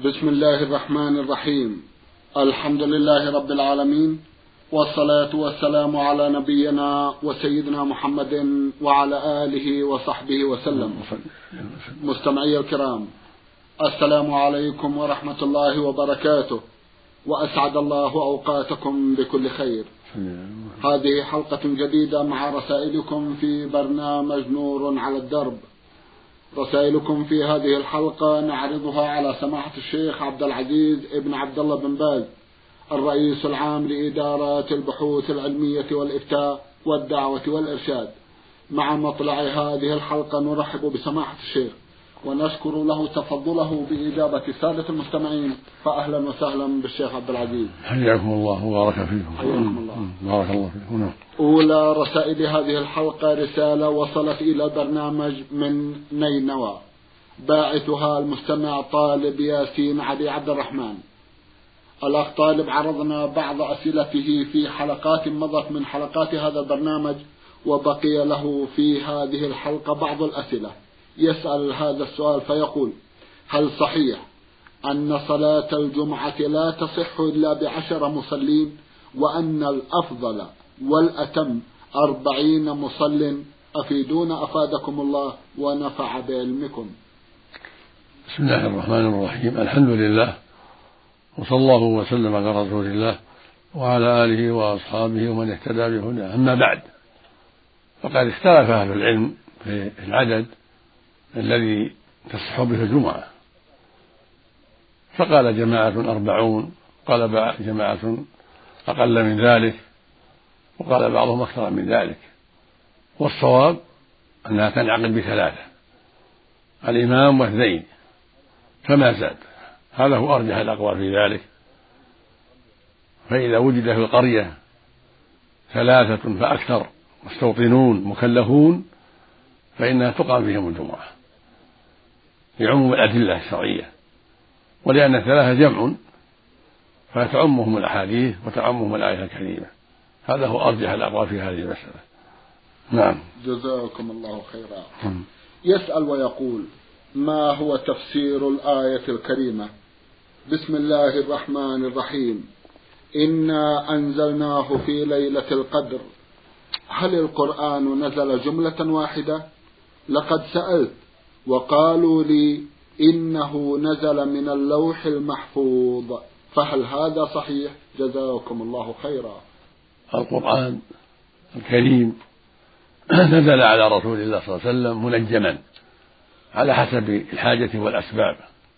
بسم الله الرحمن الرحيم. الحمد لله رب العالمين، والصلاة والسلام على نبينا وسيدنا محمد وعلى آله وصحبه وسلم. مستمعي الكرام، السلام عليكم ورحمة الله وبركاته، وأسعد الله أوقاتكم بكل خير. هذه حلقة جديدة مع رسائلكم في برنامج نور على الدرب. رسائلكم في هذه الحلقة نعرضها على سماحة الشيخ عبد العزيز ابن عبد الله بن باز، الرئيس العام لإدارات البحوث العلمية والإفتاء والدعوة والإرشاد. مع مطلع هذه الحلقة نرحب بسماحة الشيخ ونشكر له تفضله بإجابة السادة المستمعين، فأهلا وسهلا بالشيخ عبد العزيز. حياكم الله وبارك فيكم. حياكم الله. بارك الله فيكم. أولى رسائل هذه الحلقة رسالة وصلت إلى البرنامج من نينوى، باعثها المستمع طالب ياسين علي عبد الرحمن. الأخ طالب عرضنا بعض أسئلته في حلقات مضت من حلقات هذا البرنامج، وبقي له في هذه الحلقة بعض الأسئلة. يسأل هذا السؤال فيقول: هل صحيح أن صلاة الجمعة لا تصح إلا ب10 مصلين، وأن الأفضل والأتم 40 مصل؟ أفيدونا أفادكم الله ونفع بعلمكم. بسم الله الرحمن الرحيم. الحمد لله، وصلى الله وسلم على رسول الله وعلى آله وأصحابه ومن اهتدى بهداه. أما بعد، فقد اختلف أهل العلم في العدد الذي تصح به الجمعة، فقال جماعة 40، قال جماعة أقل من ذلك، وقال بعضهم أكثر من ذلك. والصواب أنها تنعقد ب3: الإمام و2 فما زاد. هذا هو أرجح الأقوال في ذلك. فإذا وجد في القرية 3 فأكثر مستوطنون مكلفون فإنها تقام فيهم الجمعة لعموم الأدلة الشرعية، ولأن 3 جمع فتعمهم الأحاديث وتعمهم الآية الكريمة. هذا هو أرجح الأقوال في هذه المسألة. نعم. جزاكم الله خيرا. يسأل ويقول: ما هو تفسير الآية الكريمة بسم الله الرحمن الرحيم إنا أنزلناه في ليلة القدر؟ هل القرآن نزل جملة واحدة؟ لقد سألت وقالوا لي إنه نزل من اللوح المحفوظ، فهل هذا صحيح؟ جزاكم الله خيرا. القرآن الكريم نزل على رسول الله صلى الله عليه وسلم منجما على حسب الحاجة والأسباب،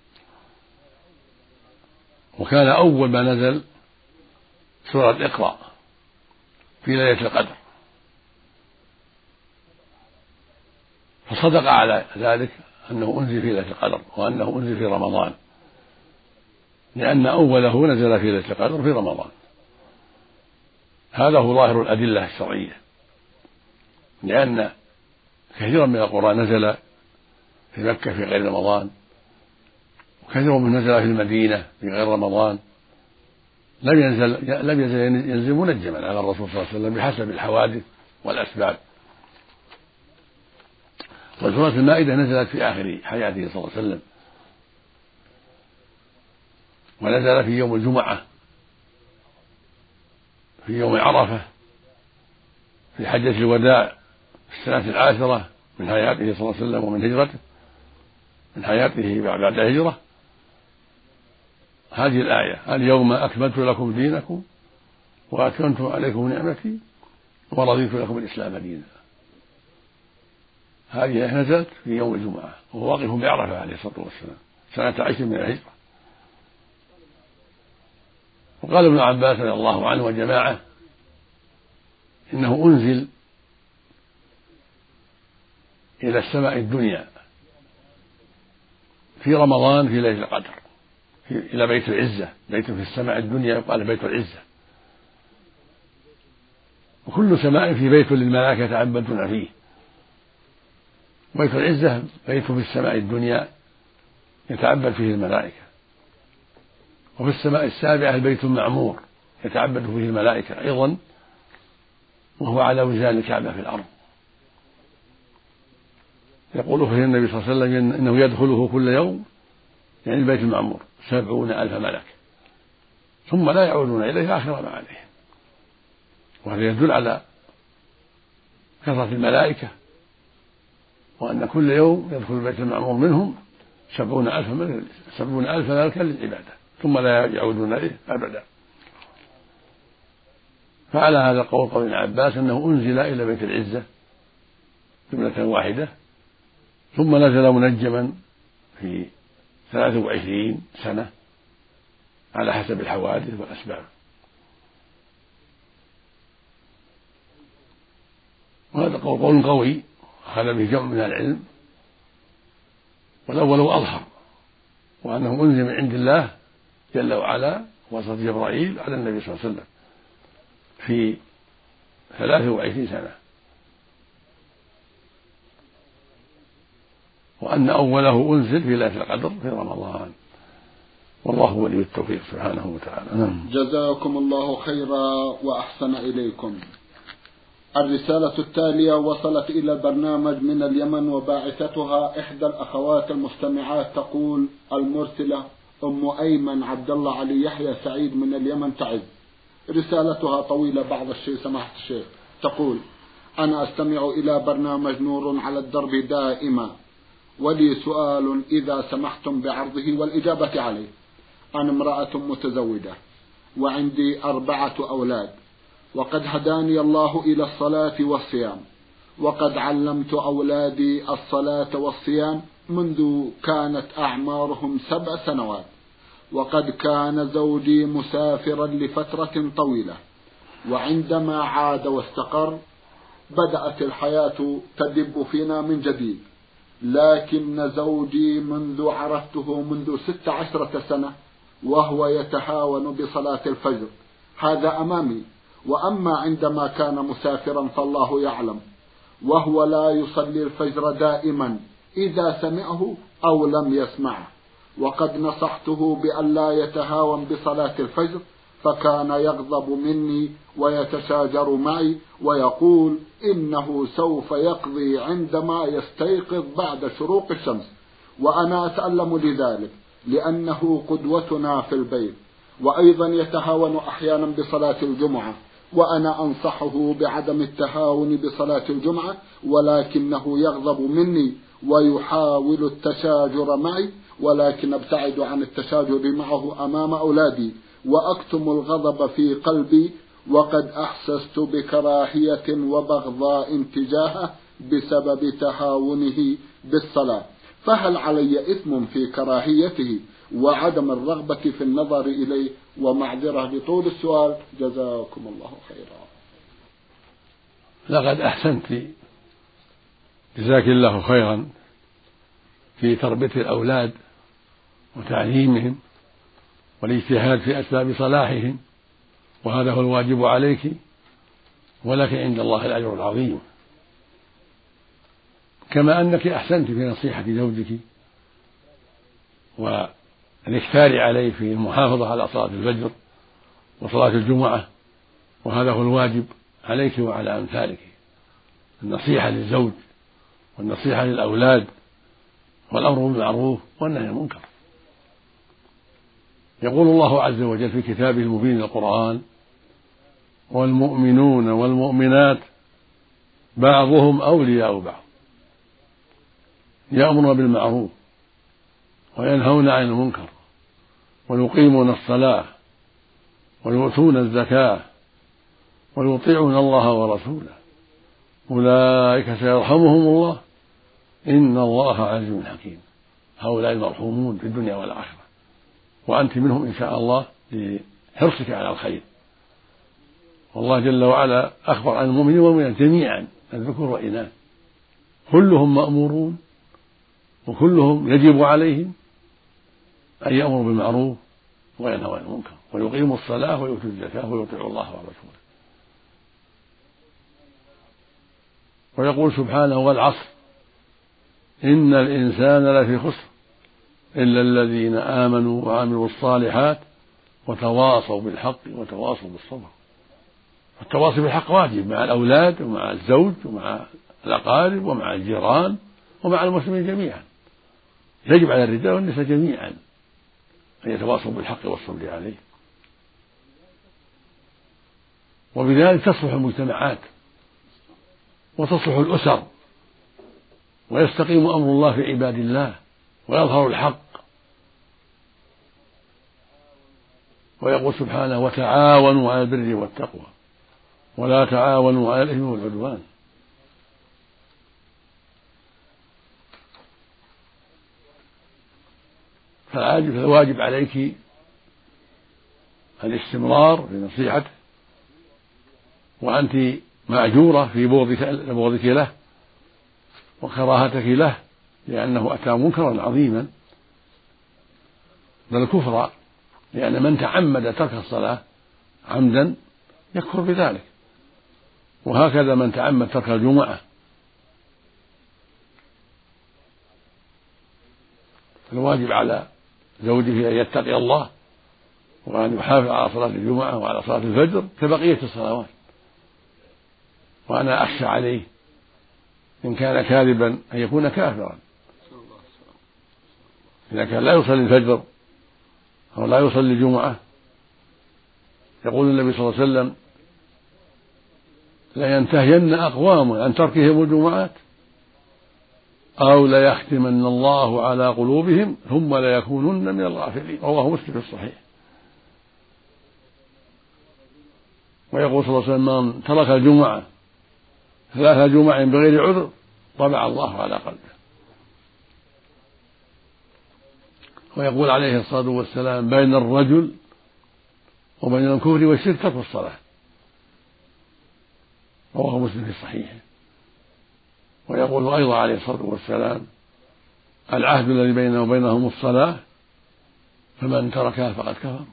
وكان أول ما نزل سورة اقرأ في ليلة القدر، فصدق على ذلك أنه أنزل في ليلة القدر وأنه أنزل في رمضان، لأن أوله نزل في ليلة القدر في رمضان. هذا هو ظاهر الأدلة الشرعية، لأن كثيرا من القرآن نزل في مكة في غير رمضان، وكثير منه نزل في المدينة في غير رمضان. لم يزل ينزل منجما على الرسول صلى الله عليه وسلم بحسب الحوادث والأسباب. وسورة المائدة نزلت في آخر حياته صلى الله عليه وسلم، ونزل في يوم الجمعة في يوم عرفة في حجة الوداع في السنة 10 من حياته صلى الله عليه وسلم ومن هجرته، من حياته بعد الهجرة. هذه الآية: اليوم أكملت لكم دينكم وأتممت عليكم نعمتي ورضيت لكم الإسلام دينا. هذه نزلت في يوم الجمعة وهو واقف بعرفة عليه الصلاة والسلام سنة 10 من الهجرة. وقال ابن عباس رضي الله عنه وجماعة إنه أنزل إلى السماء الدنيا في رمضان في ليلة القدر إلى بيت العزة. بيت في السماء الدنيا يقال بيت العزة، وكل سماء في بيت للملائكة يتعبدون فيه. بيت العزة بيت في السماء الدنيا يتعبد فيه الملائكة، وفي السماء السابعة البيت المعمور يتعبد فيه الملائكة أيضا، وهو على وزان الكعبة في الأرض. يقول فيه النبي صلى الله عليه وسلم إنه يدخله كل يوم، يعني البيت المعمور، 70,000 ملك ثم لا يعودون إليه آخر ما عليهم. وهذا يدل على كثرة الملائكة، وأن كل يوم يدخل البيت المعمور منهم 70,000 ملكا للعبادة ثم لا يعودون إليه أبدا. فعلى هذا القول قول ابن عباس أنه أنزل إلى بيت العزة جملة واحدة ثم نزل منجما في 23 سنة على حسب الحوادث والأسباب. وهذا قول قوي أخذ به جمع من العلم، والأول أظهر، وأنه أنزل من عند الله جل وعلا واسطة جبرائيل على النبي صلى الله عليه وسلم في 23 سنة، وأن أوله أنزل في ليلة القدر في رمضان، والله ولي التوفيق سبحانه وتعالى. جزاكم الله خيرا وأحسن إليكم. الرسالة التالية وصلت إلى البرنامج من اليمن، وباعثتها إحدى الأخوات المستمعات، تقول المرسلة أم أيمن عبد الله علي يحيى سعيد من اليمن تعز. رسالتها طويلة بعض الشيء سماحة الشيخ. تقول: أنا أستمع إلى برنامج نور على الدرب دائما، ولي سؤال إذا سمحتم بعرضه والإجابة عليه. أنا امرأة متزوجة وعندي 4 أولاد، وقد هداني الله إلى الصلاة والصيام، وقد علمت أولادي الصلاة والصيام منذ كانت أعمارهم 7 سنوات، وقد كان زوجي مسافرا لفترة طويلة، وعندما عاد واستقر بدأت الحياة تدب فينا من جديد. لكن زوجي منذ عرفته منذ 16 سنة وهو يتهاون بصلاة الفجر، هذا أمامي، وأما عندما كان مسافرا فالله يعلم، وهو لا يصلي الفجر دائما إذا سمعه أو لم يسمعه. وقد نصحته بأن لا يتهاون بصلاة الفجر، فكان يغضب مني ويتشاجر معي ويقول إنه سوف يقضي عندما يستيقظ بعد شروق الشمس، وأنا أتألم لذلك لأنه قدوتنا في البيت. وأيضا يتهاون أحيانا بصلاة الجمعة، وأنا أنصحه بعدم التهاون بصلاة الجمعة، ولكنه يغضب مني ويحاول التشاجر معي، ولكن أبتعد عن التشاجر معه أمام أولادي وأكتم الغضب في قلبي، وقد أحسست بكراهية وبغضاء تجاهه بسبب تهاونه بالصلاة، فهل علي إثم في كراهيته وعدم الرغبة في النظر إليه؟ ومعذرة لطول السؤال، جزاكم الله خيرا. لقد أحسنت، جزاك الله خيرا، في تربية الأولاد وتعليمهم والاجتهاد في أسباب صلاحهم، وهذا هو الواجب عليك، ولك عند الله الأجر العظيم. كما أنك أحسنت في نصيحة زوجك والإكثار عليه في المحافظة على صلاة الفجر وصلاة الجمعة، وهذا هو الواجب عليك وعلى أمثالك، النصيحة للزوج والنصيحة للأولاد والأمر بالمعروف والنهي عن المنكر. يقول الله عز وجل في كتابه المبين القرآن: والمؤمنون والمؤمنات بعضهم أولياء بعض يأمرون بالمعروف وينهون عن المنكر ويقيمون الصلاة ويؤتون الزكاة ويطيعون الله ورسوله أولئك سيرحمهم الله إن الله عزيز حكيم. هؤلاء المرحومون في الدنيا والآخرة، وأنت منهم إن شاء الله لحرصك على الخير. والله جل وعلا أخبر عن المؤمنين والمؤمنات جميعا، الذكور والإناث، كلهم مأمورون وكلهم يجب عليهم أن يأمروا بالمعروف وينهوا عن المنكر ويقيموا الصلاة ويؤتوا الزكاة ويطيعوا الله ورسوله. ويقول سبحانه: والعصر إن الإنسان لفي خسر إلا الذين آمنوا وعملوا الصالحات وتواصوا بالحق وتواصوا بالصبر. التواصي بالحق واجب مع الأولاد ومع الزوج ومع الأقارب ومع الجيران ومع المسلمين جميعا، يجب على الرجال والنساء جميعا أن يتواصوا بالحق والصبر عليه. وبذلك تصلح المجتمعات وتصلح الأسر ويستقيم أمر الله في عباد الله ويظهر الحق. ويقول سبحانه: وتعاونوا على البر والتقوى ولا تعاونوا على الإثم والعدوان. فالواجب عليك الاستمرار في نصيحته، وأنت مأجورة في بغضك له وكراهتك له، لأنه أتى منكرا عظيما بل كفرا، لأن من تعمد ترك الصلاة عمدا يكفر بذلك، وهكذا من تعمد ترك الجمعة. الواجب على زوجه أن يتقي الله وأن يحافظ على صلاة الجمعة وعلى صلاة الفجر كبقية الصلوات. وأنا أخشى عليه إن كان كاذبا أن يكون كافرا، إذا كان لا يصلي الفجر أو لا يصلي الجمعة. يقول النبي صلى الله عليه وسلم: لينتهين أقوام عن تركهم الجمعات أو ليختمن الله على قلوبهم ثم ليكونن من الغافلين. رواه مسلم في الصحيح. ويقول صلى الله عليه وسلم: من ترك الجمعة 3 جمع بغير عذر طبع الله على قلبه. ويقول عليه الصلاة والسلام: بين الرجل وبين الكفر والشرك ترك الصلاة. رواه مسلم في الصحيح. ويقول أيضا عليه الصلاة والسلام: العهد الذي بيننا وبينهم الصلاة فمن تركها فقد كفر.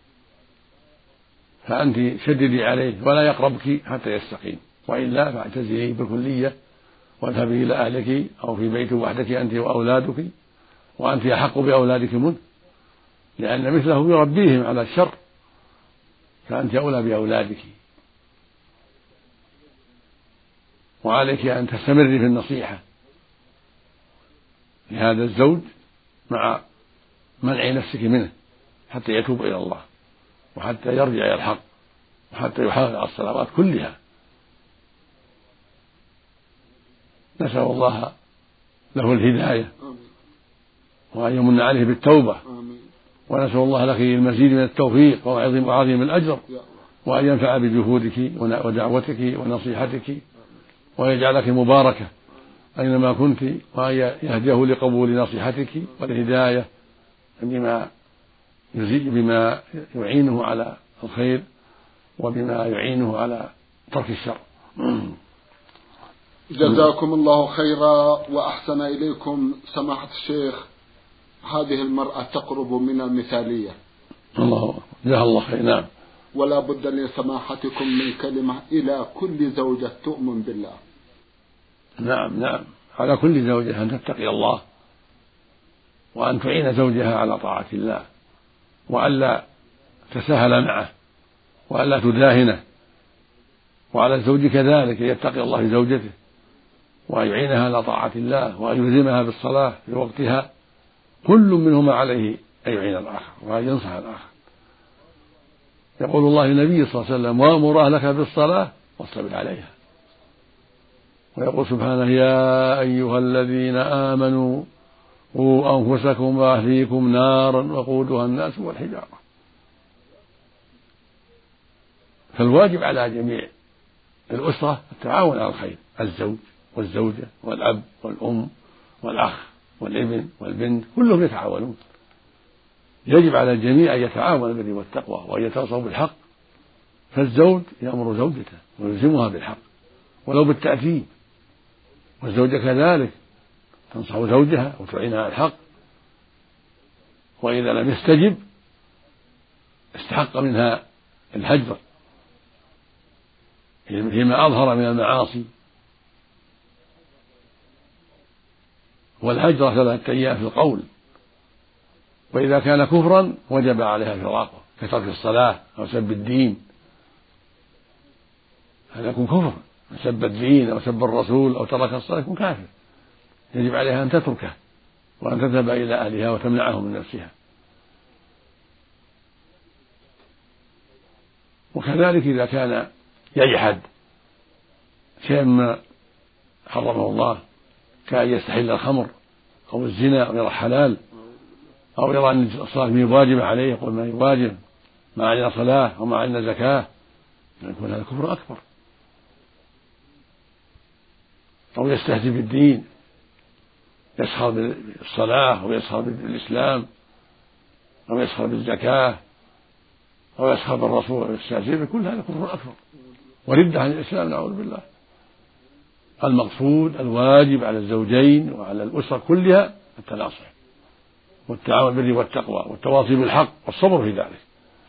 فأنت شددي عليه ولا يقربك حتى يستقيم، وإلا فاعتزليه بالكلية واذهبي إلى أهلك أو في بيت وحدك أنت وأولادك، وأنت أحق بأولادك منه، لأن مثله يربيهم على الشر، فأنت أولى بأولادك. وعليك أن تستمري في النصيحة لهذا الزوج مع منع نفسك منه حتى يتوب إلى الله وحتى يرجع إلى الحق وحتى يحافظ على الصلوات كلها. نسأل الله له الهداية وأن يمن عليه بالتوبة، ونسأل الله لك المزيد من التوفيق وعظيم الأجر، وأن ينفع بجهودك ودعوتك ونصيحتك، ويجعلك مباركة أينما كنت، وأن يهديه لقبول نصيحتك والهداية بما يعينه على الخير وبما يعينه على ترك الشر. جزاكم الله خيرا وأحسن إليكم سماحة الشيخ. هذه المرأة تقرب من المثالية. الله جزاها الله خير. نعم. ولا بد لسماحتكم من كلمة إلى كل زوجة تؤمن بالله. نعم، على كل زوجة أن تتقي الله وأن تعين زوجها على طاعة الله، وألا تساهل معه وألا تداهنه، وعلى الزوج كذلك يتقي الله في زوجته وأن يعينها على طاعة الله وأن يلزمها بالصلاة في وقتها. كل منهما عليه أن يعين الآخر وأن ينصح الآخر. يقول الله للنبي صلى الله عليه وسلم: وأمر أهلك بالصلاة واصطبر عليها. ويقول سبحانه: يا أيها الذين آمنوا قوا أنفسكم وأهليكم نارا وقودها الناس والحجارة. فالواجب على جميع الأسرة التعاون على الخير، الزوج والزوجة والأب والأم والأخ والابن والبنت كلهم يتعاونون. يجب على الجميع أن يتعاونوا بالبر والتقوى وأن يتواصوا بالحق. فالزوج يأمر زوجته ويلزمها بالحق ولو بالتأديب، والزوجة كذلك تنصح زوجها وتعينها على الحق، وإذا لم يستجب استحق منها الهجر فيما أظهر من المعاصي. والهجر 3 أيام في القول، وإذا كان كفرا وجب عليها فراقه كترك الصلاة أو سب الدين. هذا يكون كفر، سب الدين أو سب الرسول أو ترك الصلاة يكون كافر، يجب عليها أن تتركه وأن تذهب إلى أهلها وتمنعه من نفسها. وكذلك إذا كان يجحد شيء ما حرمه الله، كأن يستحل الخمر أو الزنا أو يرى حلال، أو يرى أن الصلاة ما واجبة عليه، يقول ما هي واجب، ما علينا صلاة وما علينا زكاة، يكون هذا كفر أكبر. أو يستهزئ بالدين، يسخر بالصلاة أو يسخر بالإسلام أو يسخر بالزكاة أو يسخر بالرسول أو يستهزئ بكل هذا كفر أكبر وردة عن الإسلام، نعوذ بالله. المقصود الواجب على الزوجين وعلى الأسرة كلها التناصح والتعاون بالبر والتقوى والتواصي بالحق والصبر في ذلك،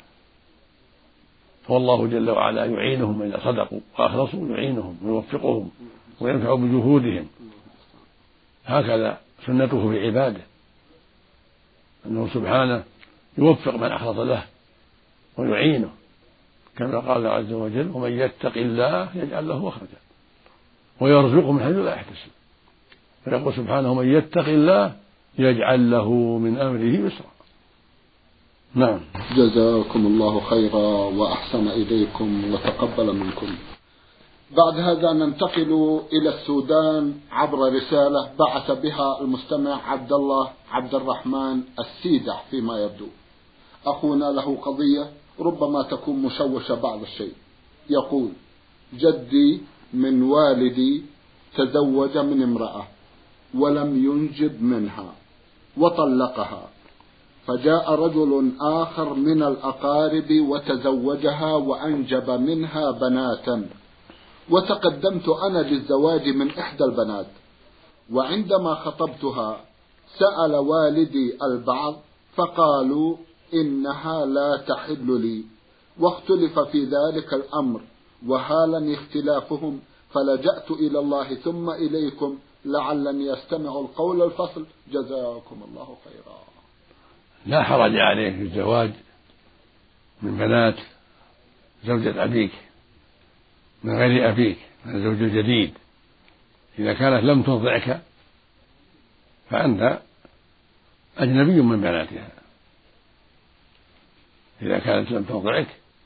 فالله جل وعلا يعينهم إذا صدقوا وأخلصوا، يعينهم ويوفقهم وينفع بجهودهم. هكذا سنته في عباده، أنه سبحانه يوفق من أخلص له ويعينه، كما قال عز وجل: ومن يتق الله يجعل له مخرجا ويرزقه من حيث لا يحتسب. ويقول سبحانه: ومن يتق الله يجعل له من أمره يسرا. نعم. جزاكم الله خيرا وأحسن إليكم وتقبل منكم. بعد هذا ننتقل إلى السودان عبر رسالة بعث بها المستمع عبد الله عبد الرحمن السيدح. فيما يبدو أخونا له قضية ربما تكون مشوشة بعض الشيء. يقول: جدي من والدي تزوج من امرأة ولم ينجب منها وطلقها، فجاء رجل آخر من الأقارب وتزوجها وأنجب منها بناتا، وتقدمت أنا للزواج من إحدى البنات، وعندما خطبتها سأل والدي البعض فقالوا إنها لا تحل لي، واختلف في ذلك الأمر وهالني اختلافهم، فلجأت إلى الله ثم إليكم لعلني يستمع القول الفصل. جزاكم الله خيرا. لا حرج عليه في الزواج من بنات زوجة أبيك من غير أبيك، من الزوج الجديد، إذا كانت لم ترضعك فأنت أجنبي من بناتها. إذا كانت لم ترضعك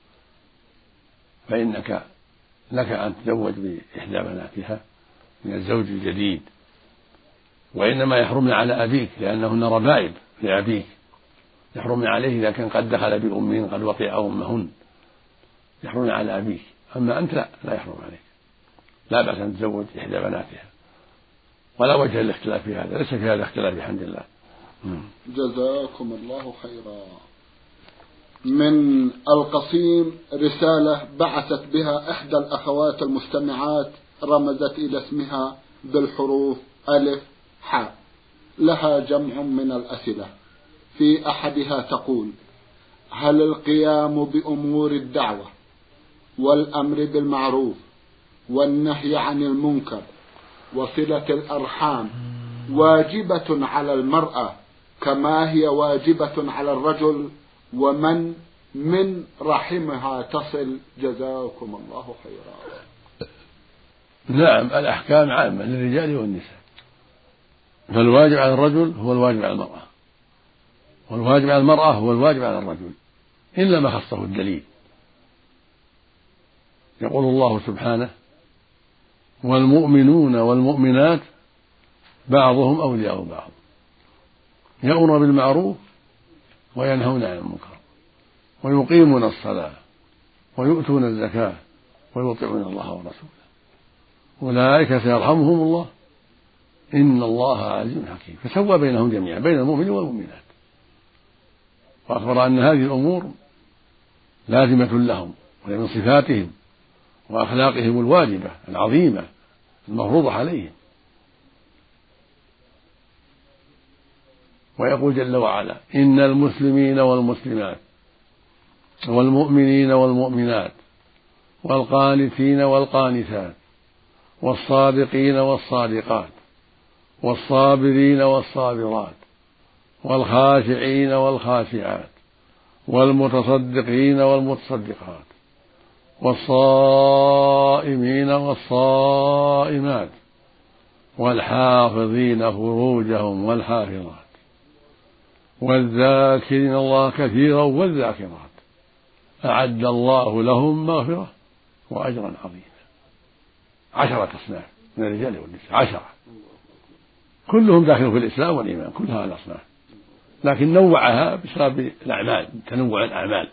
فإنك لك أن تتزوج بإحدى بناتها من الزوج الجديد، وإنما يحرمن على أبيك لأنهن ربائب لأبيك، يحرمن عليه إذا كان قد دخل بأمهن قد وطئ أمهن، يحرمن على أبيك. أما أنت لا يحرم عليك، لا بأس أن تتزوج إحدى بناتها، ولا وجه للاختلاف في هذا، ليس في هذا اختلاف بحمد الله. جزاكم الله خيرا. من القصيم رسالة بعثت بها إحدى الأخوات المستمعات، رمزت إلى اسمها بالحروف ألف حاء، لها جمع من الأسئلة. في أحدها تقول: هل القيام بأمور الدعوة والأمر بالمعروف والنهي عن المنكر وصلة الأرحام واجبة على المرأة كما هي واجبة على الرجل، ومن من رحمها تصل؟ جزاكم الله خيرا. نعم، الأحكام عامة للرجال والنساء، فالواجب على الرجل هو الواجب على المرأة، والواجب على المرأة هو الواجب على الرجل، إلا ما خصه الدليل. يقول الله سبحانه: والمؤمنون والمؤمنات بعضهم أولياء بعض يأمرون بالمعروف وينهون عن المنكر ويقيمون الصلاة ويؤتون الزكاة ويطيعون الله ورسوله أولئك سيرحمهم الله إن الله عزيز حكيم. فسوى بينهم جميعا، بين المؤمنين والمؤمنات، وأخبر أن هذه الأمور لازمة لهم وهي من صفاتهم وأخلاقهم الواجبة العظيمة المفروضة عليهم. ويقول جل وعلا: إن المسلمين والمسلمات والمؤمنين والمؤمنات والقانتين والقانتات والصادقين والصادقات والصابرين والصابرات والخاشعين والخاشعات والمتصدقين والمتصدقات والصائمين والصائمات والحافظين فروجهم والحافظات والذاكرين الله كثيرا والذاكرات أعد الله لهم مغفرة وأجرا عظيما. 10 أصناف من الرجال والنساء، 10 كلهم داخلون في الإسلام والإيمان، كلها الأصناف، لكن نوعها بسبب الأعمال، تنوع الأعمال.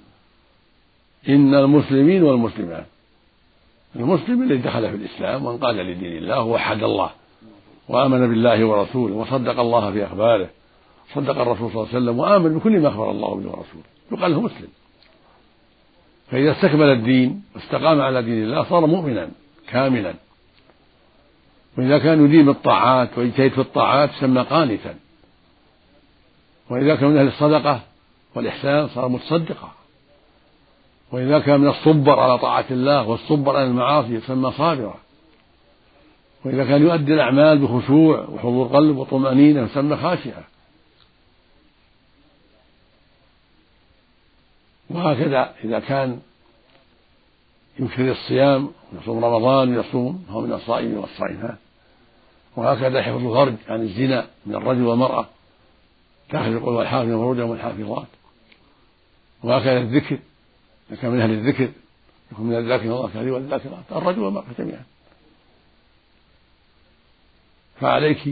إن المسلمين والمسلمات، المسلم الذي دخل في الإسلام وانقاد لدين الله ووحد الله وآمن بالله ورسوله وصدق الله في أخباره، صدق الرسول صلى الله عليه وسلم وآمن بكل ما أخبر الله به ورسوله، يقال له مسلم. فإذا استكمل الدين واستقام على دين الله صار مؤمنا كاملا. وإذا كان يديم الطاعات ويجتهد في الطاعات سمى قانتا. وإذا كان من أهل الصدقة والإحسان صار متصدقا. وإذا كان من الصبر على طاعة الله والصبر على المعاصي سمى صابرا. وإذا كان يؤدي الأعمال بخشوع وحضور قلب وطمأنينة سمى خاشعا. وهكذا إذا كان يكثر الصيام يصوم رمضان ويصوم فهو من الصائمين والصائمات. وهكذا حفظ الفرج عن الزنا من الرجل والمرأة داخل القول والحافظ فروجهم والحافظات. وهكذا الذكر إذا كان من أهل الذكر يكون من الذاكرين الله كثيرا والذاكرات الرجل والمرأة جميعا. فعليك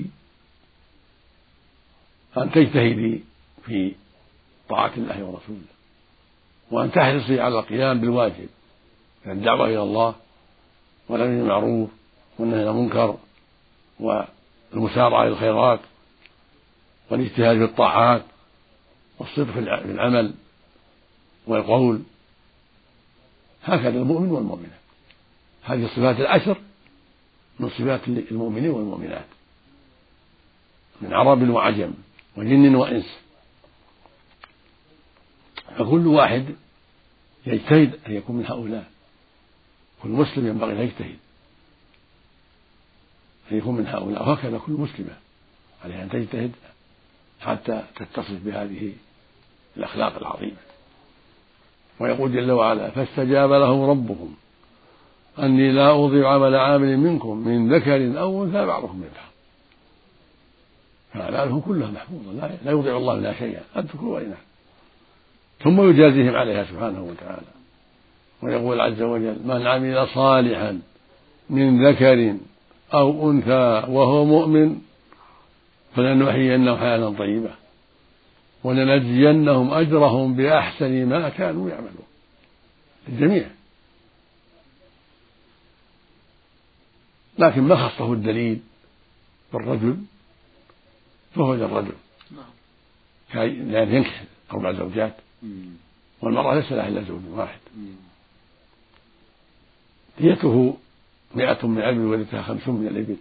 أن تجتهدي في طاعة الله ورسوله وأن تحرصي على القيام بالواجب من الدعوة إلى الله والأمر بالمعروف والنهي عن المنكر والمسارعة إلى الخيرات والاجتهاد في الطاعات والصدق في العمل والقول. هكذا المؤمن والمؤمنة، هذه الصفات 10 من صفات المؤمنين والمؤمنات من عرب وعجم وجن وإنس. فكل واحد يجتهد أن يكون من هؤلاء. كل مسلم ينبغي أن يجتهد أن يكون من هؤلاء، وهكذا كل مسلمة عليها أن تجتهد حتى تتصف بهذه الأخلاق العظيمة. ويقول جل وعلا فاستجاب لهم ربهم أني لا أضيع عمل عامل منكم من ذكر أو أنثى بعضكم من بعض. فأعمالهم كلها محفوظة لا يضيع الله منها شيئا الذكر والإناث، ثم يجازيهم عليها سبحانه وتعالى. ويقول عز وجل من عمل صالحا من ذكر أو أنثى وهو مؤمن فلنحيينه حياة طيبة ولنجزينهم أجرهم بأحسن ما كانوا يعملون. الجميع، لكن ما خصه الدليل بالرجل فهو للرجل لأن ينكح 4 زوجات والمرأة ليس لها إلا زوج واحد. ديته 100 من الإبل ولدتها 50 من الإبل.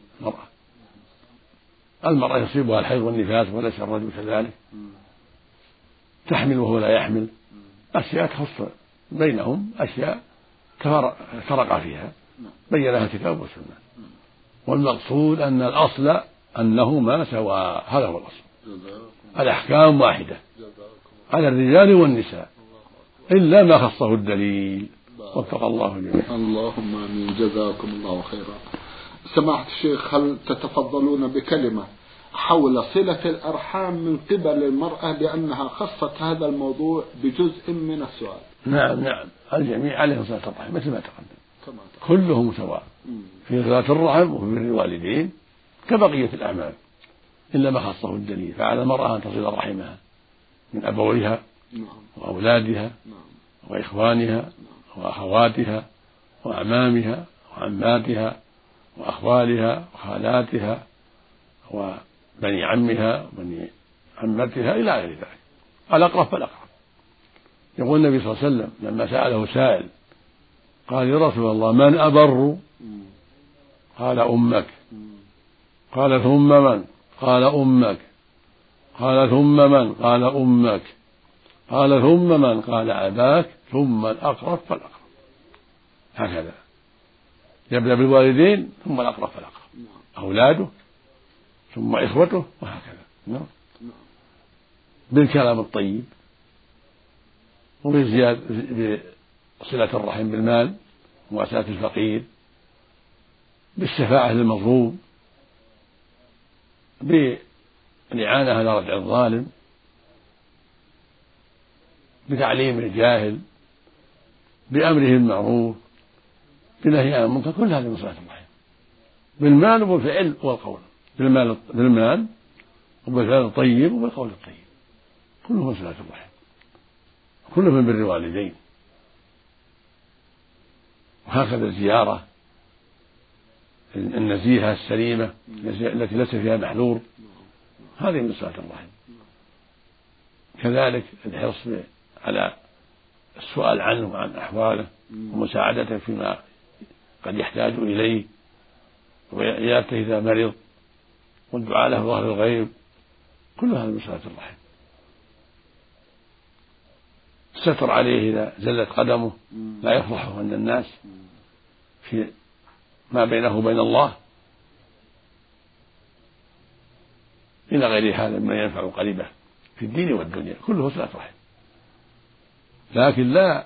المرأة يصيبها الحيض والنفاس وليس الرجل كذلك. تحمل وهو لا يحمل. أشياء تخص بينهم، أشياء فرق فيها بينها الكتاب والسنة. والمقصود أن الأصل أنهما سواء، هذا هو الأصل. الأحكام واحدة على الرجال والنساء إلا ما خصه الدليل. وفق الله جميعا. اللهم آمين. جزاكم الله خيرا. سماحة الشيخ، هل تتفضلون بكلمة حول صلة الأرحام من قبل المرأة لأنها خصت هذا الموضوع بجزء من السؤال؟ نعم الجميع عليهم صلة الرحم مثل ما تقدم، كلهم سواء في صلة الرحم وفي بر الوالدين كبقية الأعمال إلا ما خصه الدليل. فعلى المرأة أن تصل رحمها من أبويها وأولادها وإخوانها وأخواتها وأعمامها وعماتها وأخوالها وخالاتها وبني عمها وبني عمتها إلى غير ذلك. الأقرب فالأقرب. يقول النبي صلى الله عليه وسلم لما سأله سائل قال يا رسول الله من أبر؟ قال أمك. قال ثم من؟ قال أمك. قال ثم من؟ قال أمك. قال ثم من؟ قال أباك. ثم الأقرب فالأقرب. هكذا يبدأ بالوالدين ثم الأقرب فالأقرب، أولاده ثم إخوته وهكذا. بالكلام الطيب وبصلة الرحم بالمال ومواساة الفقير، بالشفاعة للمظلوم، بالإعانة على ردع الظالم، بتعليم الجاهل بأمره بالمعروف بنهي عن المنكر، كل هذه من صلة الرحم بالمال وبالفعل والقول، بالمال وبالفعل الطيب وبالقول الطيب، كله من صلة الرحم، كله من بر الوالدين. وهكذا الزيارة النزيهة السليمة التي ليس فيها محذور، هذه من صلة الرحم. كذلك الحرص على السؤال عنه وعن أحواله ومساعدته فيما قد يحتاج إليه، وعيادته إذا مرض، والدعاء له ظهر الغيب، كل هذا من صلة الرحم. الستر عليه إذا زلت قدمه، لا يفضحه عند الناس في ما بينه وبين الله، إلى غير هذا مما ينفع قريبه في الدين والدنيا، كله صلة رحم. لكن لا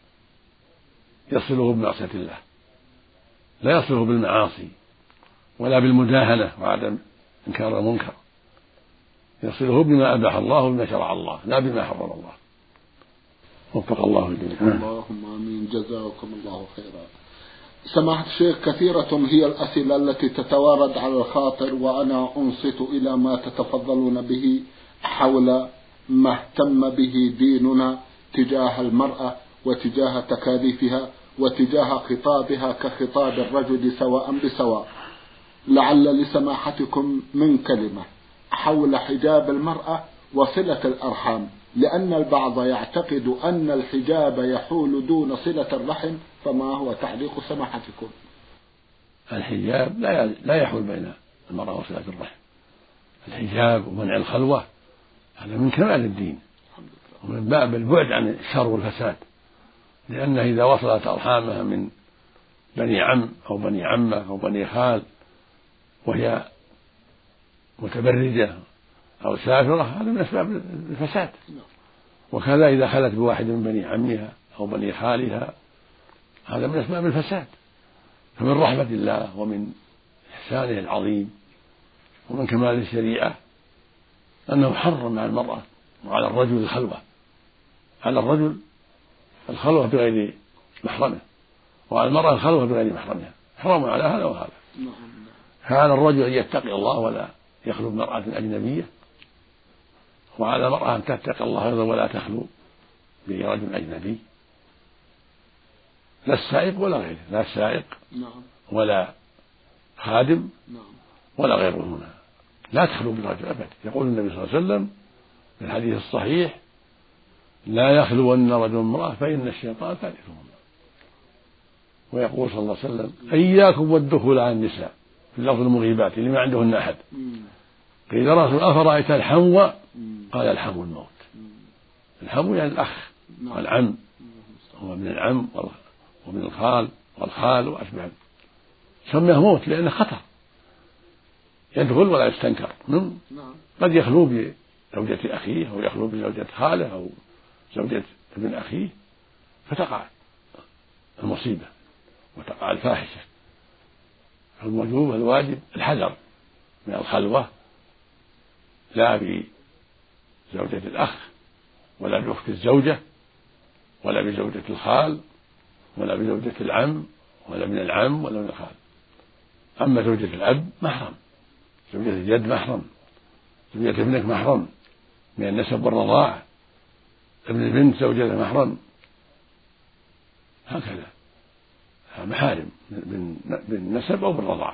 يصله بمعصية الله، لا يصله بالمعاصي ولا بالمداهنة وعدم إنكار المنكر، يصله بما أباح الله وبما شرع الله، لا بما حرم الله. وفق الله الجميع. اللهم آمين. جزاكم الله خيرا. سماحة الشيخ، كثيرة هي الأسئلة التي تتوارد على الخاطر، وأنا أنصت إلى ما تتفضلون به حول ما اهتم به ديننا تجاه المرأة وتجاه تكاليفها وتجاه خطابها كخطاب الرجل سواء بسواء. لعل لسماحتكم من كلمة حول حجاب المرأة وصلة الأرحام، لأن البعض يعتقد أن الحجاب يحول دون صلة الرحم، فما هو تعليق سماحتكم؟ الحجاب لا يحول بين المرأة وصلة الرحم. الحجاب ومنع الخلوة هذا من كمال الدين ومن باب البعد عن الشر والفساد، لأنه إذا وصلت أرحامها من بني عم أو بني عمة أو بني خال وهي متبرجة أو سافرة، هذا من أسباب الفساد. وكذا إذا خلت بواحد من بني عمها أو بني خالها، هذا من أسباب الفساد. فمن رحمة الله ومن إحسانه العظيم ومن كمال الشريعة أنه حرم على المرأة وعلى الرجل الخلوة، على الرجل الخلوة بغير محرمه، وعلى المرأة الخلوة بغير محرمها، حرام على هذا وهذا. فعلى الرجل أن يتقي الله ولا يخلو بمرأة أجنبية، وعلى المرأة أن تتقي الله أيضا ولا تخلو برجل أجنبي، لا السائق ولا غيره، لا السائق ولا خادم ولا غيره هنا، لا تخلو بالرجل أبدا. يقول النبي صلى الله عليه وسلم في الحديث الصحيح: لا يخلون رجل امرأة فإن الشيطان ثالثهما. ويقول صلى الله عليه وسلم: إياكم والدخول على النساء، في لفظ المغيبات اللي ما عندهن أحد. قيل يا رسول أفرأيت الحمو؟ قال: الحمو الموت. الحمو يعني الأخ والعم، هو من العم ومن الخال والخال وأشبه، سماه موت لأنه خطر، يدخل ولا يستنكر. قد يخلو بزوجة أخيه أو يخلو بزوجة خاله أو زوجة ابن أخيه، فتقع المصيبة وتقع الفاحشة. الموجوب والواجب الحذر من الخلوة، لا بزوجة الأخ ولا بأخت الزوجة ولا بزوجة الخال ولا بزوجة العم ولا من العم ولا من الخال. أما زوجة الأب محرم، زوجة الجد محرم، زوجة ابنك محرم من النسب والرضاعة، ابن البنت زوجته محرم، هكذا محارم بالنسب أو بالرضاعة.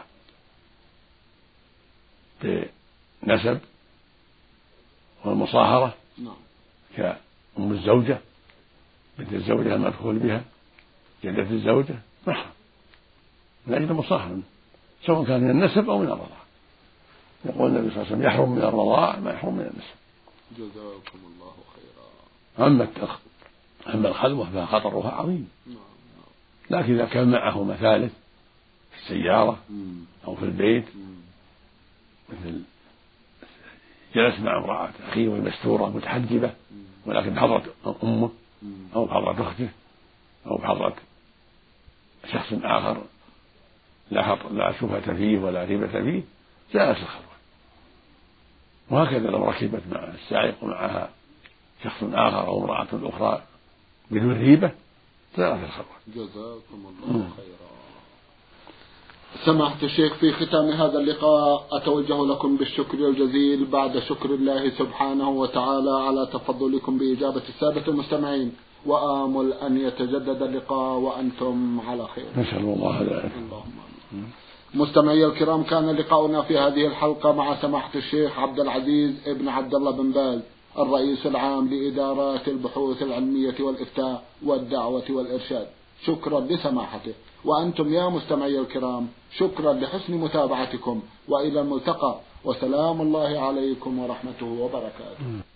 بالنسب والمصاهرة كأم الزوجة، بنت الزوجة المدخول بها، جدة الزوجة محرم من أجل المصاهرة، سواء كان من النسب أو من الرضاعة. يقول النبي صلى الله عليه وسلم: يحرم من الرضاعة ما يحرم من النسب. جزاكم الله خيرا. أما الخلوة فخطرها عظيم، لكن إذا كان معه مثالث في السيارة أو في البيت، مثل جلس مع امرأة أخيه ومستورة متحجبة ولكن بحضرة أمه أو بحضرة أخته أو بحضرة شخص آخر لا شبهة فيه ولا ريبة فيه، جاءت الخلوة. وهكذا لو ركبت مع السائق ومعها شخص آخر أو امرأة أخرى بدون ريبة، ضعف الخبر. جزاكم الله خيرا. سماحة الشيخ، في ختام هذا اللقاء أتوجه لكم بالشكر الجزيل بعد شكر الله سبحانه وتعالى على تفضلكم بإجابة السادة المستمعين، وآمل أن يتجدد اللقاء وأنتم على خير. نسأل الله ذلك. اللهم آمين. مستمعي الكرام، كان لقاؤنا في هذه الحلقة مع سماحة الشيخ عبد العزيز ابن عبد الله بن باز، الرئيس العام لإدارات البحوث العلمية والإفتاء والدعوة والإرشاد. شكرا لسماحته، وأنتم يا مستمعي الكرام شكرا لحسن متابعتكم، وإلى الملتقى، وسلام الله عليكم ورحمته وبركاته.